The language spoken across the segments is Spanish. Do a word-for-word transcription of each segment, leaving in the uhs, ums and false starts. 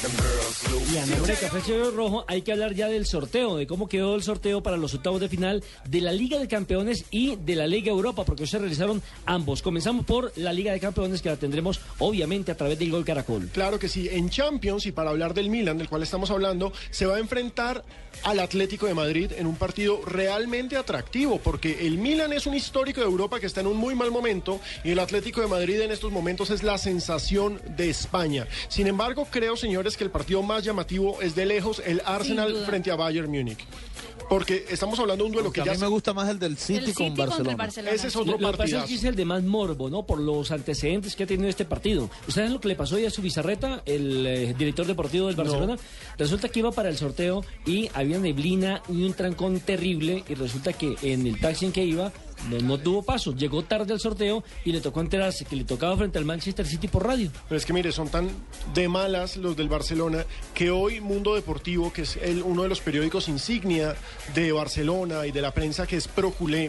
Y a nombre de Café Cielo Rojo hay que hablar ya del sorteo, de cómo quedó el sorteo para los octavos de final de la Liga de Campeones y de la Liga Europa, porque hoy se realizaron ambos. Comenzamos por la Liga de Campeones, que la tendremos obviamente a través del Gol Caracol. Claro que sí, en Champions, y para hablar del Milan, del cual estamos hablando, se va a enfrentar al Atlético de Madrid en un partido realmente atractivo, porque el Milan es un histórico de Europa que está en un muy mal momento, y el Atlético de Madrid en estos momentos es la sensación de España. Sin embargo, creo, señores, que el partido más llamativo es de lejos el Arsenal frente a Bayern Múnich. Porque estamos hablando de un duelo Porque que a ya... mí me gusta más el del City, el con City Barcelona. Barcelona. Ese es otro Lo que pasa partidazo. es que es el de más morbo, ¿no? Por los antecedentes que ha tenido este partido. ¿Ustedes saben lo que le pasó hoy a Zubizarreta, el eh, director deportivo del Barcelona? No. Resulta que iba para el sorteo y había neblina y un trancón terrible, y resulta que en el taxi en que iba no, no tuvo paso, llegó tarde al sorteo y le tocó enterarse que le tocaba frente al Manchester City por radio. Pero es que mire, son tan de malas los del Barcelona que hoy Mundo Deportivo, que es el, uno de los periódicos insignia de Barcelona y de la prensa que es pro culé,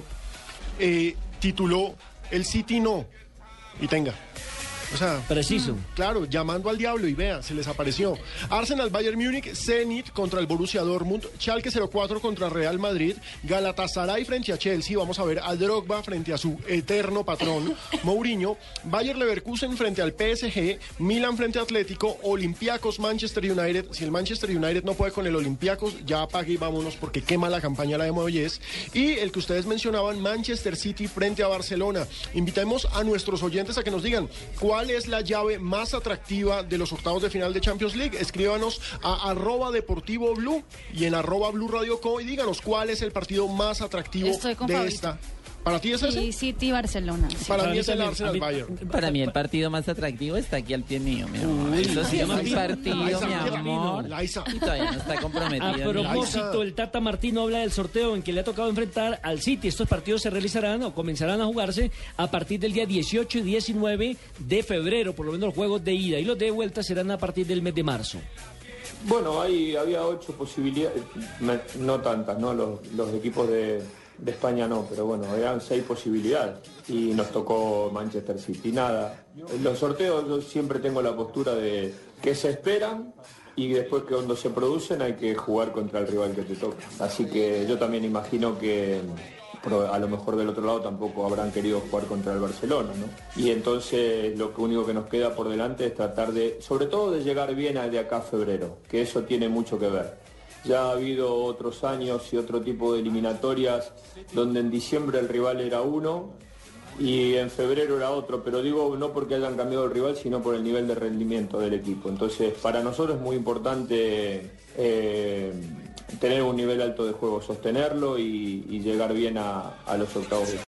eh, tituló El City no, y tenga. O sea, preciso. Claro, llamando al diablo y vea, se les apareció. Arsenal, Bayern Múnich, Zenit contra el Borussia Dortmund, Schalke cero cuatro contra Real Madrid, Galatasaray frente a Chelsea, vamos a ver a Drogba frente a su eterno patrón, Mourinho, Bayer Leverkusen frente al P S G, Milan frente a Atlético, Olympiacos, Manchester United. Si el Manchester United no puede con el Olympiacos, ya apague y vámonos porque quema la campaña la de Moyes. Y el que ustedes mencionaban, Manchester City frente a Barcelona. Invitemos a nuestros oyentes a que nos digan cuál ¿Cuál es la llave más atractiva de los octavos de final de Champions League? Escríbanos a arroba deportivo blue y en arroba blue radio co y díganos cuál es el partido más atractivo de favorito. esta. ¿Para ti es ese? Sí, City Barcelona. Sí. Para, Para mí mí es el también, Arsenal a mí- Bayern. Para mí el partido más atractivo está aquí al pie mío, mi amor. Eso sí es un partido, Laisa, mi qué amor. lindo, Laisa. Y todavía no está A comprometido. ni- propósito, el Tata Martino habla del sorteo en que le ha tocado enfrentar al City. Estos partidos se realizarán o comenzarán a jugarse a partir del día dieciocho y diecinueve de febrero, por lo menos los juegos de ida, y los de vuelta serán a partir del mes de marzo. Bueno, hay, había ocho posibilidades, me- no tantas, ¿no? Los, los equipos de, de España no, pero bueno, eran seis posibilidades y nos tocó Manchester City. Nada, en los sorteos yo siempre tengo la postura de que se esperan y después que cuando se producen hay que jugar contra el rival que te toca. Así que yo también imagino que pero a lo mejor del otro lado tampoco habrán querido jugar contra el Barcelona, ¿no? Y entonces lo que único que nos queda por delante es tratar de, sobre todo de llegar bien a de acá a febrero, que eso tiene mucho que ver. Ya ha habido otros años y otro tipo de eliminatorias donde en diciembre el rival era uno y en febrero era otro, pero digo no porque hayan cambiado el rival, sino por el nivel de rendimiento del equipo. Entonces para nosotros es muy importante eh, tener un nivel alto de juego, sostenerlo y, y llegar bien a, a los octavos.